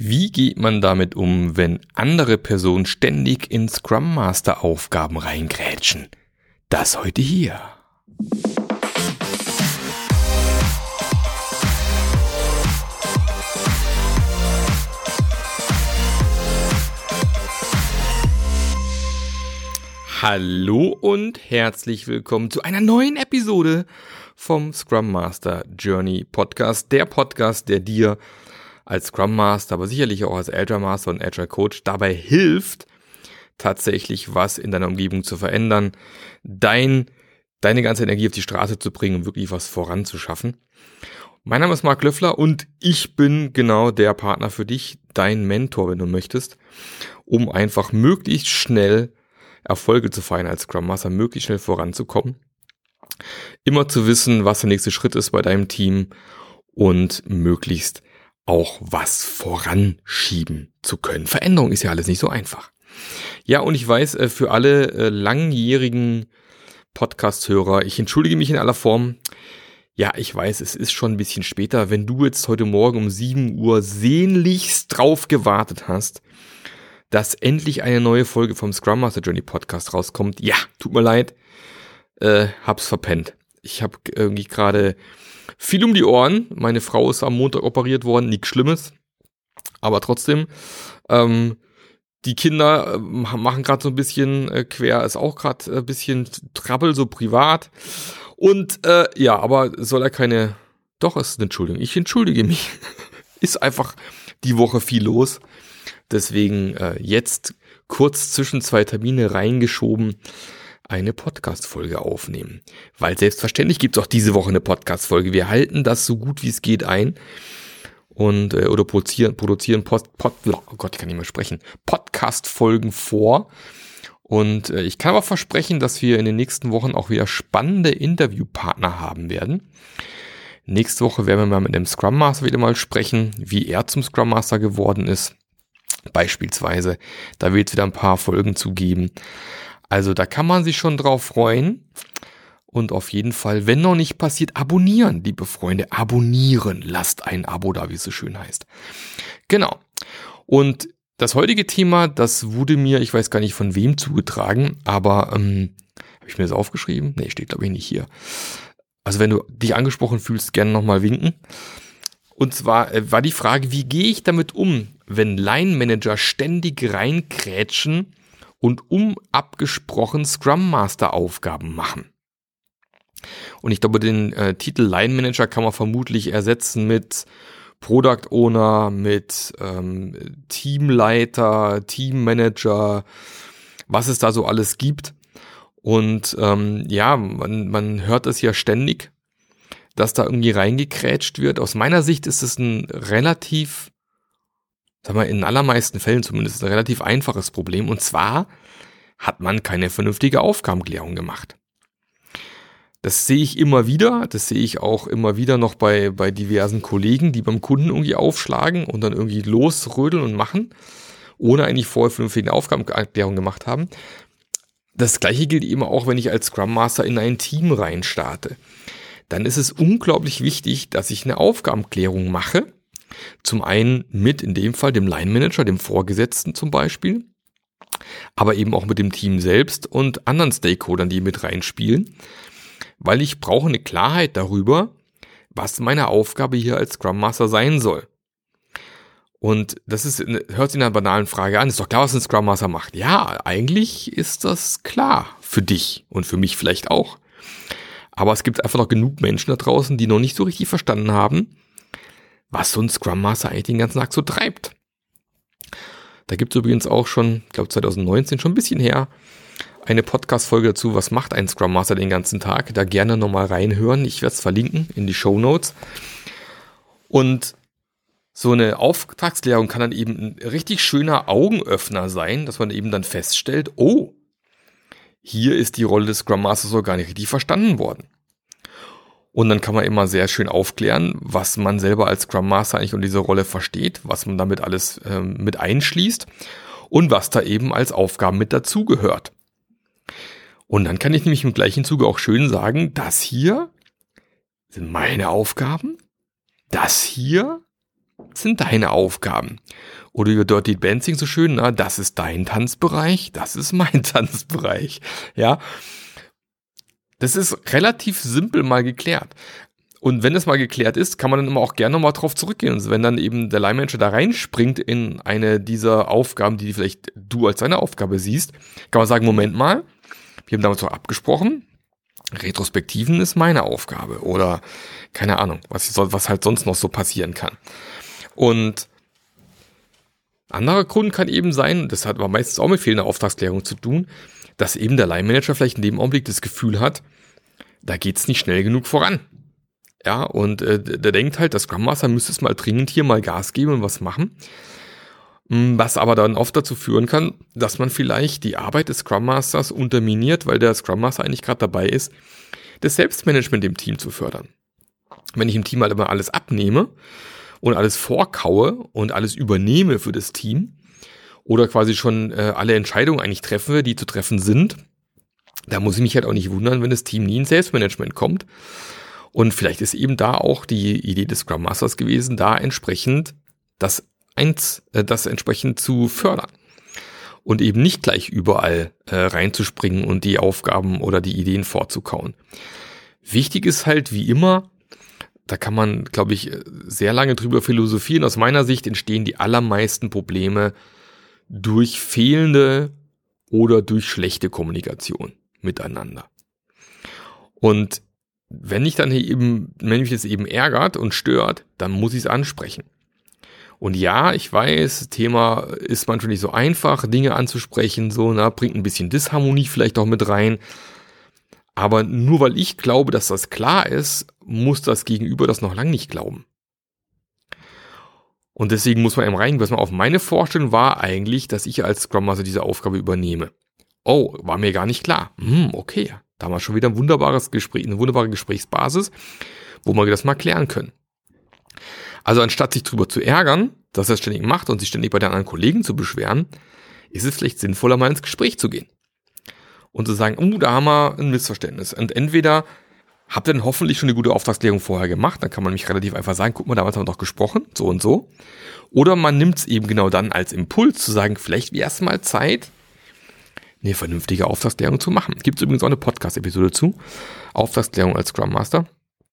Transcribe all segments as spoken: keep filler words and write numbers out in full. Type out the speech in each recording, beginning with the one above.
Wie geht man damit um, wenn andere Personen ständig in Scrum Master Aufgaben reingrätschen? Das heute hier. Hallo und herzlich willkommen zu einer neuen Episode vom Scrum Master Journey Podcast. Der Podcast, der dir als Scrum Master, aber sicherlich auch als Agile Master und Agile Coach dabei hilft, tatsächlich was in deiner Umgebung zu verändern, dein, deine ganze Energie auf die Straße zu bringen und wirklich was voranzuschaffen. Mein Name ist Marc Löffler und ich bin genau der Partner für dich, dein Mentor, wenn du möchtest, um einfach möglichst schnell Erfolge zu feiern als Scrum Master, möglichst schnell voranzukommen, immer zu wissen, was der nächste Schritt ist bei deinem Team und möglichst auch was voranschieben zu können. Veränderung ist ja alles nicht so einfach. Ja, und ich weiß, für alle langjährigen Podcast-Hörer, ich entschuldige mich in aller Form. Ja, ich weiß, es ist schon ein bisschen später. Wenn du jetzt heute Morgen um sieben Uhr sehnlichst drauf gewartet hast, dass endlich eine neue Folge vom Scrum Master Journey Podcast rauskommt, ja, tut mir leid, äh, hab's verpennt. Ich habe irgendwie gerade viel um die Ohren. Meine Frau ist am Montag operiert worden, nichts Schlimmes. Aber trotzdem, ähm, die Kinder äh, machen gerade so ein bisschen äh, quer, ist auch gerade ein bisschen Trouble, so privat. Und äh, ja, aber soll er keine, doch, es ist eine Entschuldigung, ich entschuldige mich. Ist einfach die Woche viel los. Deswegen äh, jetzt kurz zwischen zwei Termine reingeschoben, eine Podcast-Folge aufnehmen. Weil selbstverständlich gibt es auch diese Woche eine Podcast-Folge. Wir halten das so gut wie es geht ein und äh, oder produzieren, produzieren Post, Pod, oh Gott, ich kann nicht mehr sprechen, Podcast-Folgen vor. Und äh, ich kann aber versprechen, dass wir in den nächsten Wochen auch wieder spannende Interviewpartner haben werden. Nächste Woche werden wir mal mit dem Scrum Master wieder mal sprechen, wie er zum Scrum Master geworden ist. Beispielsweise, da wird es wieder ein paar Folgen zu geben. Also da kann man sich schon drauf freuen und auf jeden Fall, wenn noch nicht passiert, abonnieren, liebe Freunde, abonnieren, lasst ein Abo da, wie es so schön heißt. Genau. Und das heutige Thema, das wurde mir, ich weiß gar nicht von wem zugetragen, aber ähm, habe ich mir das aufgeschrieben? Nee, steht glaube ich nicht hier. Also wenn du dich angesprochen fühlst, gerne nochmal winken. Und zwar äh, war die Frage, wie gehe ich damit um, wenn Line-Manager ständig reinkrätschen und unabgesprochen Scrum Master Aufgaben machen. Und ich glaube, den äh, Titel Line Manager kann man vermutlich ersetzen mit Product Owner, mit ähm, Teamleiter, Teammanager, was es da so alles gibt. Und ähm, ja, man, man hört es ja ständig, dass da irgendwie reingekrätscht wird. Aus meiner Sicht ist es ein relativ, sag mal, in den allermeisten Fällen zumindest ein relativ einfaches Problem. Und zwar hat man keine vernünftige Aufgabenklärung gemacht. Das sehe ich immer wieder. Das sehe ich auch immer wieder noch bei, bei diversen Kollegen, die beim Kunden irgendwie aufschlagen und dann irgendwie losrödeln und machen, ohne eigentlich vorher vernünftige Aufgabenklärung gemacht haben. Das Gleiche gilt eben auch, wenn ich als Scrum Master in ein Team reinstarte. Dann ist es unglaublich wichtig, dass ich eine Aufgabenklärung mache. Zum einen mit, in dem Fall, dem Line Manager, dem Vorgesetzten zum Beispiel, aber eben auch mit dem Team selbst und anderen Stakeholdern, die mit reinspielen, weil ich brauche eine Klarheit darüber, was meine Aufgabe hier als Scrum Master sein soll. Und das ist, hört sich in einer banalen Frage an, ist doch klar, was ein Scrum Master macht. Ja, eigentlich ist das klar für dich und für mich vielleicht auch. Aber es gibt einfach noch genug Menschen da draußen, die noch nicht so richtig verstanden haben, was so ein Scrum Master eigentlich den ganzen Tag so treibt. Da gibt es übrigens auch schon, ich glaube zwanzig neunzehn, schon ein bisschen her, eine Podcast-Folge dazu, was macht ein Scrum Master den ganzen Tag. Da gerne nochmal reinhören. Ich werde es verlinken in die Shownotes. Und so eine Auftragsklärung kann dann eben ein richtig schöner Augenöffner sein, dass man eben dann feststellt, oh, hier ist die Rolle des Scrum Masters so gar nicht richtig verstanden worden. Und dann kann man immer sehr schön aufklären, was man selber als Scrum Master eigentlich unter dieser Rolle versteht, was man damit alles ähm, mit einschließt und was da eben als Aufgaben mit dazugehört. Und dann kann ich nämlich im gleichen Zuge auch schön sagen, das hier sind meine Aufgaben, das hier sind deine Aufgaben. Oder über Dirty Dancing so schön, na, das ist dein Tanzbereich, das ist mein Tanzbereich. Ja, das ist relativ simpel mal geklärt. Und wenn es mal geklärt ist, kann man dann immer auch gerne nochmal drauf zurückgehen. Und wenn dann eben der Line-Manager da reinspringt in eine dieser Aufgaben, die vielleicht du als deine Aufgabe siehst, kann man sagen, Moment mal, wir haben damals doch abgesprochen, Retrospektiven ist meine Aufgabe. Oder keine Ahnung, was, was halt sonst noch so passieren kann. Und anderer Grund kann eben sein, das hat aber meistens auch mit fehlender Auftragsklärung zu tun, dass eben der Line-Manager vielleicht in dem Augenblick das Gefühl hat, da geht's nicht schnell genug voran. Ja, und äh, der denkt halt, der Scrum Master müsste es mal dringend hier mal Gas geben und was machen. Was aber dann oft dazu führen kann, dass man vielleicht die Arbeit des Scrum Masters unterminiert, weil der Scrum Master eigentlich gerade dabei ist, das Selbstmanagement im Team zu fördern. Wenn ich im Team halt immer alles abnehme und alles vorkaue und alles übernehme für das Team oder quasi schon äh, alle Entscheidungen eigentlich treffe, die zu treffen sind, da muss ich mich halt auch nicht wundern, wenn das Team nie ins Selbstmanagement kommt. Und vielleicht ist eben da auch die Idee des Scrum Masters gewesen, da entsprechend das eins, äh, das entsprechend zu fördern und eben nicht gleich überall äh, reinzuspringen und die Aufgaben oder die Ideen vorzukauen. Wichtig ist halt wie immer, da kann man, glaube ich, sehr lange drüber philosophieren. Aus meiner Sicht entstehen die allermeisten Probleme durch fehlende oder durch schlechte Kommunikation miteinander. Und wenn mich dann eben, wenn mich das eben ärgert und stört, dann muss ich es ansprechen. Und ja, ich weiß, das Thema ist manchmal nicht so einfach, Dinge anzusprechen, so, na, bringt ein bisschen Disharmonie vielleicht auch mit rein. Aber nur weil ich glaube, dass das klar ist, muss das Gegenüber das noch lange nicht glauben. Und deswegen muss man eben reingehen, was man auf meine Vorstellung war eigentlich, dass ich als Scrum Master diese Aufgabe übernehme. Oh, war mir gar nicht klar. Hm, okay. Da haben wir schon wieder ein wunderbares Gespräch, eine wunderbare Gesprächsbasis, wo wir das mal klären können. Also anstatt sich drüber zu ärgern, dass er es ständig macht und sich ständig bei den anderen Kollegen zu beschweren, ist es vielleicht sinnvoller, mal ins Gespräch zu gehen. Und zu sagen, oh, da haben wir ein Missverständnis. Und entweder habt ihr dann hoffentlich schon eine gute Auftragsklärung vorher gemacht, dann kann man mich relativ einfach sagen, guck mal, damals haben wir doch gesprochen, so und so. Oder man nimmt es eben genau dann als Impuls zu sagen, vielleicht wäre es mal Zeit, eine vernünftige Auftragsklärung zu machen. Gibt es übrigens auch eine Podcast-Episode zu. Auftragsklärung als Scrum Master.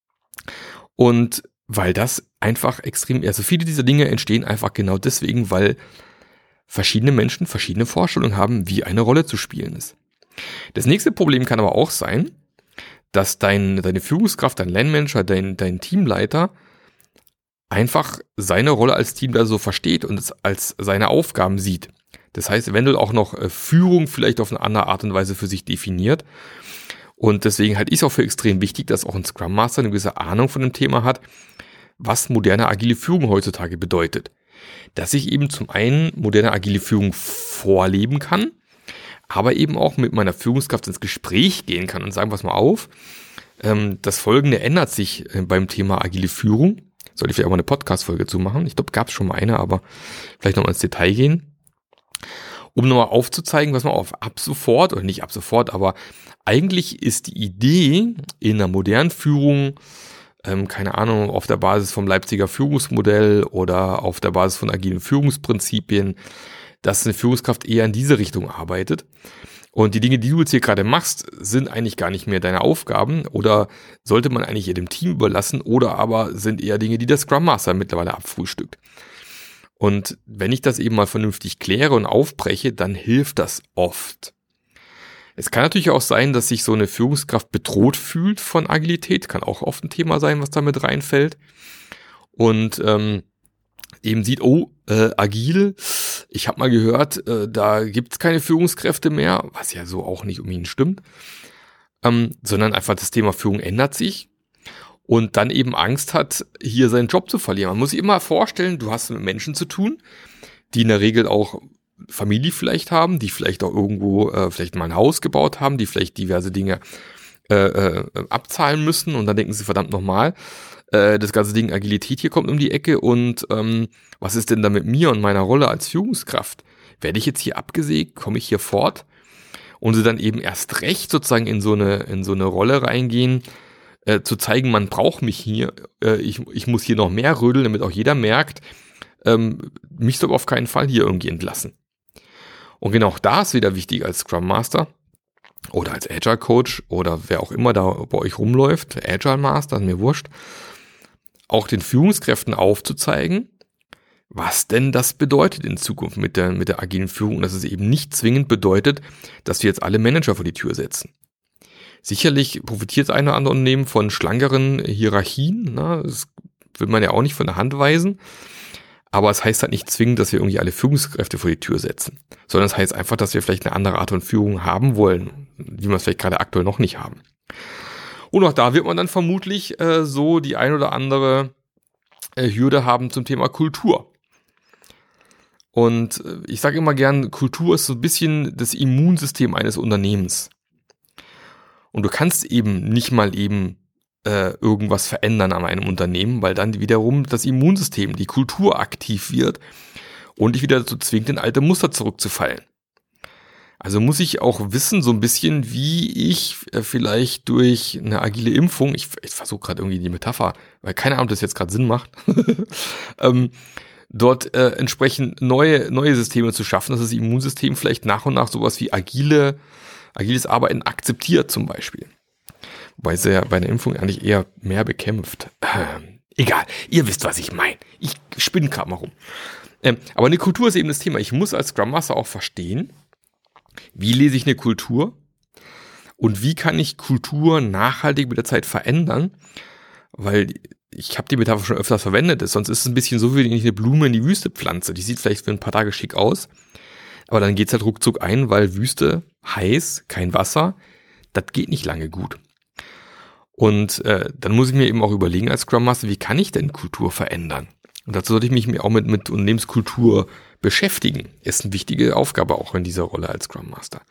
Und weil das einfach extrem, also viele dieser Dinge entstehen einfach genau deswegen, weil verschiedene Menschen verschiedene Vorstellungen haben, wie eine Rolle zu spielen ist. Das nächste Problem kann aber auch sein, dass dein, deine Führungskraft, dein Line-Manager, dein, dein Teamleiter einfach seine Rolle als Teamleiter so versteht und es als seine Aufgaben sieht. Das heißt, eventuell auch noch Führung vielleicht auf eine andere Art und Weise für sich definiert. Und deswegen halte ich es auch für extrem wichtig, dass auch ein Scrum Master eine gewisse Ahnung von dem Thema hat, was moderne agile Führung heutzutage bedeutet. Dass ich eben zum einen moderne agile Führung vorleben kann, aber eben auch mit meiner Führungskraft ins Gespräch gehen kann und sagen, pass mal auf, das Folgende ändert sich beim Thema agile Führung. Sollte ich vielleicht auch mal eine Podcast-Folge zu machen. Ich glaube, gab es schon mal eine, aber vielleicht nochmal ins Detail gehen. Um nochmal aufzuzeigen, was man auf ab sofort, oder nicht ab sofort, aber eigentlich ist die Idee in einer modernen Führung, ähm, keine Ahnung, auf der Basis vom Leipziger Führungsmodell oder auf der Basis von agilen Führungsprinzipien, dass eine Führungskraft eher in diese Richtung arbeitet. Und die Dinge, die du jetzt hier gerade machst, sind eigentlich gar nicht mehr deine Aufgaben oder sollte man eigentlich eher dem Team überlassen oder aber sind eher Dinge, die der Scrum Master mittlerweile abfrühstückt. Und wenn ich das eben mal vernünftig kläre und aufbreche, dann hilft das oft. Es kann natürlich auch sein, dass sich so eine Führungskraft bedroht fühlt von Agilität. Kann auch oft ein Thema sein, was da mit reinfällt. Und ähm, eben sieht, oh, äh, agil, ich habe mal gehört, äh, da gibt's keine Führungskräfte mehr, was ja so auch nicht um ihn stimmt. Ähm, sondern einfach das Thema Führung ändert sich. Und dann eben Angst hat, hier seinen Job zu verlieren. Man muss sich immer vorstellen, du hast mit Menschen zu tun, die in der Regel auch Familie vielleicht haben, die vielleicht auch irgendwo äh, vielleicht mal ein Haus gebaut haben, die vielleicht diverse Dinge äh, äh, abzahlen müssen und dann denken sie, verdammt nochmal, äh, das ganze Ding Agilität hier kommt um die Ecke und ähm, was ist denn da mit mir und meiner Rolle als Führungskraft? Werde ich jetzt hier abgesägt? Komme ich hier fort? Und sie dann eben erst recht sozusagen in so eine in so eine Rolle reingehen, äh, zu zeigen, man braucht mich hier, äh, ich, ich muss hier noch mehr rödeln, damit auch jeder merkt, ähm, mich soll auf keinen Fall hier irgendwie entlassen. Und genau da ist wieder wichtig als Scrum Master oder als Agile Coach oder wer auch immer da bei euch rumläuft, Agile Master, ist mir wurscht, auch den Führungskräften aufzuzeigen, was denn das bedeutet in Zukunft mit der, mit der agilen Führung, dass es eben nicht zwingend bedeutet, dass wir jetzt alle Manager vor die Tür setzen. Sicherlich profitiert das eine oder andere Unternehmen von schlankeren Hierarchien, ne? Das will man ja auch nicht von der Hand weisen, aber es heißt halt nicht zwingend, dass wir irgendwie alle Führungskräfte vor die Tür setzen, sondern es heißt einfach, dass wir vielleicht eine andere Art von Führung haben wollen, wie wir es vielleicht gerade aktuell noch nicht haben. Und auch da wird man dann vermutlich äh, so die ein oder andere äh, Hürde haben zum Thema Kultur. Und äh, ich sage immer gern, Kultur ist so ein bisschen das Immunsystem eines Unternehmens. Und du kannst eben nicht mal eben äh, irgendwas verändern an einem Unternehmen, weil dann wiederum das Immunsystem, die Kultur aktiv wird und dich wieder dazu zwingt, in alte Muster zurückzufallen. Also muss ich auch wissen, so ein bisschen, wie ich äh, vielleicht durch eine agile Impfung, ich, ich versuche gerade irgendwie die Metapher, weil keine Ahnung, ob das jetzt gerade Sinn macht, ähm, dort äh, entsprechend neue neue Systeme zu schaffen, dass das Immunsystem vielleicht nach und nach sowas wie agile agiles Arbeiten akzeptiert zum Beispiel. Wobei es ja bei der Impfung eigentlich eher mehr bekämpft. Ähm, egal, ihr wisst, was ich meine. Ich spinne gerade mal rum. Ähm, aber eine Kultur ist eben das Thema. Ich muss als Scrum Master auch verstehen, wie lese ich eine Kultur und wie kann ich Kultur nachhaltig mit der Zeit verändern, weil ich habe die Metapher schon öfters verwendet, sonst ist es ein bisschen so, wie wenn ich eine Blume in die Wüste pflanze. Die sieht vielleicht für ein paar Tage schick aus, aber dann geht's halt ruckzuck ein, weil Wüste, heiß, kein Wasser, das geht nicht lange gut. Und äh, dann muss ich mir eben auch überlegen als Scrum Master, wie kann ich denn Kultur verändern? Und dazu sollte ich mich auch mit, mit Unternehmenskultur beschäftigen. Ist eine wichtige Aufgabe auch in dieser Rolle als Scrum Master.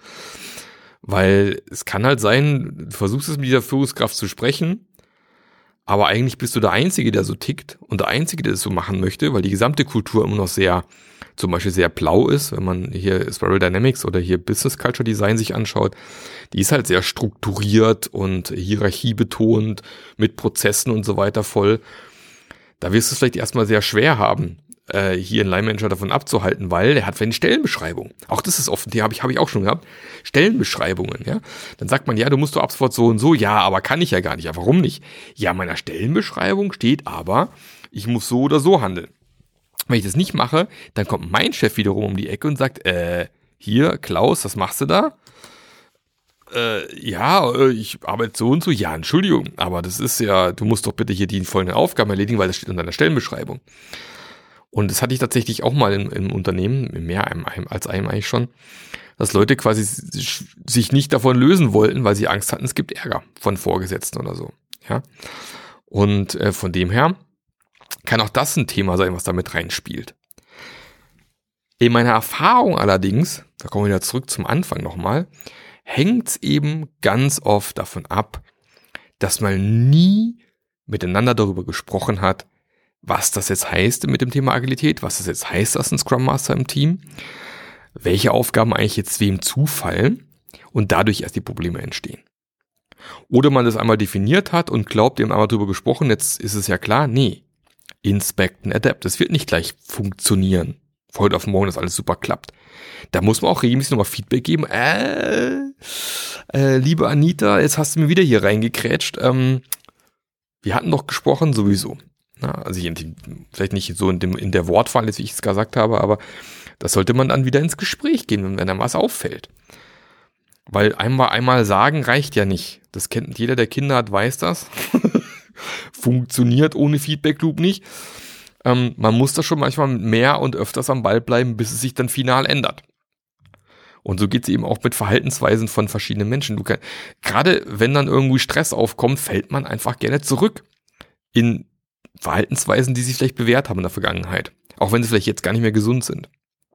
Weil es kann halt sein, du versuchst es mit dieser Führungskraft zu sprechen, aber eigentlich bist du der Einzige, der so tickt und der Einzige, der das so machen möchte, weil die gesamte Kultur immer noch sehr, zum Beispiel sehr blau ist, wenn man hier Spiral Dynamics oder hier Business Culture Design sich anschaut, die ist halt sehr strukturiert und hierarchiebetont mit Prozessen und so weiter voll. Da wirst du es vielleicht erstmal sehr schwer haben, äh, hier einen Line Manager davon abzuhalten, weil der hat vielleicht eine Stellenbeschreibung. Auch das ist offen, die habe ich, habe ich auch schon gehabt. Stellenbeschreibungen, ja. Dann sagt man, ja, du musst doch ab sofort so und so. Ja, aber kann ich ja gar nicht. Ja, warum nicht? Ja, in meiner Stellenbeschreibung steht aber, ich muss so oder so handeln. Wenn ich das nicht mache, dann kommt mein Chef wiederum um die Ecke und sagt, äh, hier, Klaus, was machst du da? Äh, ja, äh, ich arbeite so und so. Ja, Entschuldigung, aber das ist ja, du musst doch bitte hier die folgenden Aufgaben erledigen, weil das steht in deiner Stellenbeschreibung. Und das hatte ich tatsächlich auch mal im, im Unternehmen, mehr einem, als einem eigentlich schon, dass Leute quasi sich nicht davon lösen wollten, weil sie Angst hatten, es gibt Ärger von Vorgesetzten oder so. Ja. Und äh, von dem her kann auch das ein Thema sein, was da mit reinspielt. In meiner Erfahrung allerdings, da kommen wir wieder zurück zum Anfang nochmal, hängt es eben ganz oft davon ab, dass man nie miteinander darüber gesprochen hat, was das jetzt heißt mit dem Thema Agilität, was das jetzt heißt als ein Scrum Master im Team, welche Aufgaben eigentlich jetzt wem zufallen und dadurch erst die Probleme entstehen. Oder man das einmal definiert hat und glaubt, ihr habt einmal darüber gesprochen, jetzt ist es ja klar, nee, Inspect and Adapt, das wird nicht gleich funktionieren, von heute auf morgen, dass alles super klappt. Da muss man auch regelmäßig nochmal Feedback geben, äh, äh, liebe Anita, jetzt hast du mir wieder hier reingekrätscht, ähm, wir hatten doch gesprochen sowieso. Na, also ich, vielleicht nicht so in, dem, in der Wortwahl, wie ich es gesagt habe, aber das sollte man dann wieder ins Gespräch gehen, wenn einem was auffällt. Weil einmal, einmal sagen reicht ja nicht. Das kennt jeder, der Kinder hat, weiß das. Funktioniert ohne Feedback Loop nicht. Ähm, man muss da schon manchmal mehr und öfters am Ball bleiben, bis es sich dann final ändert. Und so geht es eben auch mit Verhaltensweisen von verschiedenen Menschen. Du kann, gerade wenn dann irgendwie Stress aufkommt, fällt man einfach gerne zurück in Verhaltensweisen, die sich vielleicht bewährt haben in der Vergangenheit. Auch wenn sie vielleicht jetzt gar nicht mehr gesund sind.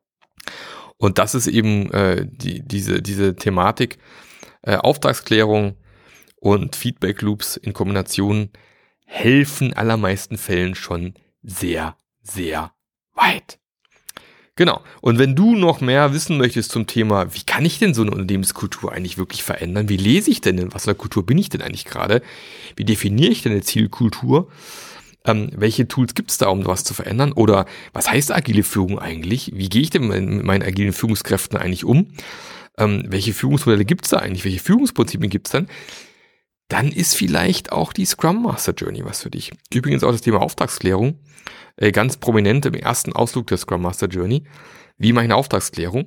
Und das ist eben äh, die, diese, diese Thematik, äh, Auftragsklärung und Feedback Loops in Kombination helfen allermeisten Fällen schon sehr, sehr weit. Genau. Und wenn du noch mehr wissen möchtest zum Thema, wie kann ich denn so eine Unternehmenskultur eigentlich wirklich verändern? Wie lese ich denn, in was für einer Kultur bin ich denn eigentlich gerade? Wie definiere ich denn eine Zielkultur? Ähm, welche Tools gibt es da, um was zu verändern? Oder was heißt agile Führung eigentlich? Wie gehe ich denn mit meinen agilen Führungskräften eigentlich um? Ähm, welche Führungsmodelle gibt es da eigentlich? Welche Führungsprinzipien gibt es dann? Dann ist vielleicht auch die Scrum Master Journey was für dich. Übrigens auch das Thema Auftragsklärung. Äh, ganz prominent im ersten Ausflug der Scrum Master Journey. Wie mache ich eine Auftragsklärung?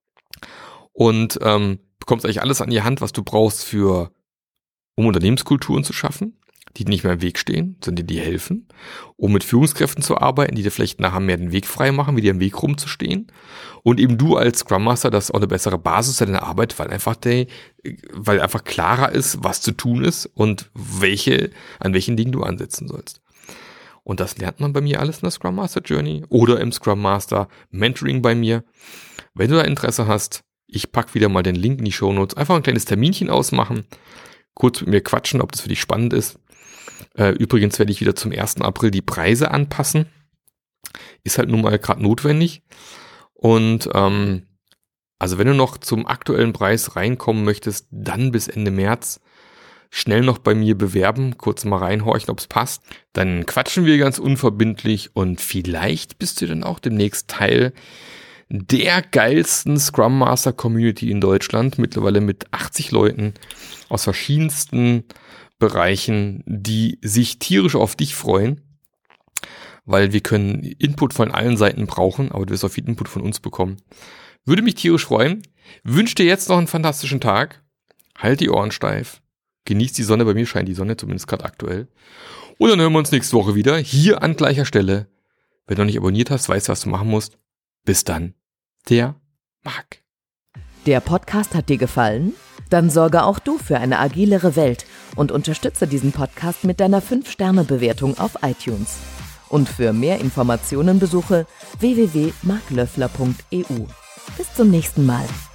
Und ähm, bekommst eigentlich alles an die Hand, was du brauchst für, um Unternehmenskulturen zu schaffen, die nicht mehr im Weg stehen, sondern die dir helfen, um mit Führungskräften zu arbeiten, die dir vielleicht nachher mehr den Weg frei machen, wie dir im Weg rumzustehen. Und eben du als Scrum Master, das ist auch eine bessere Basis für deine Arbeit, weil einfach der, weil einfach klarer ist, was zu tun ist und welche, an welchen Dingen du ansetzen sollst. Und das lernt man bei mir alles in der Scrum Master Journey oder im Scrum Master Mentoring bei mir. Wenn du da Interesse hast, ich pack wieder mal den Link in die Shownotes, einfach ein kleines Terminchen ausmachen, kurz mit mir quatschen, ob das für dich spannend ist. Äh, übrigens werde ich wieder zum ersten April die Preise anpassen. Ist halt nun mal gerade notwendig. Und ähm, also wenn du noch zum aktuellen Preis reinkommen möchtest, dann bis Ende März schnell noch bei mir bewerben, kurz mal reinhorchen, ob es passt. Dann quatschen wir ganz unverbindlich und vielleicht bist du dann auch demnächst Teil der geilsten Scrum Master Community in Deutschland, mittlerweile mit achtzig Leuten aus verschiedensten Bereichen, die sich tierisch auf dich freuen, weil wir können Input von allen Seiten brauchen, aber du wirst auch viel Input von uns bekommen. Würde mich tierisch freuen. Wünsche dir jetzt noch einen fantastischen Tag. Halt die Ohren steif. Genießt die Sonne, bei mir scheint die Sonne, zumindest gerade aktuell. Und dann hören wir uns nächste Woche wieder, hier an gleicher Stelle. Wenn du noch nicht abonniert hast, weißt du, was du machen musst. Bis dann, der Marc. Der Podcast hat dir gefallen? Dann sorge auch du für eine agilere Welt und unterstütze diesen Podcast mit deiner fünf Sterne Bewertung auf iTunes. Und für mehr Informationen besuche w w w punkt marc löffler punkt e u. Bis zum nächsten Mal.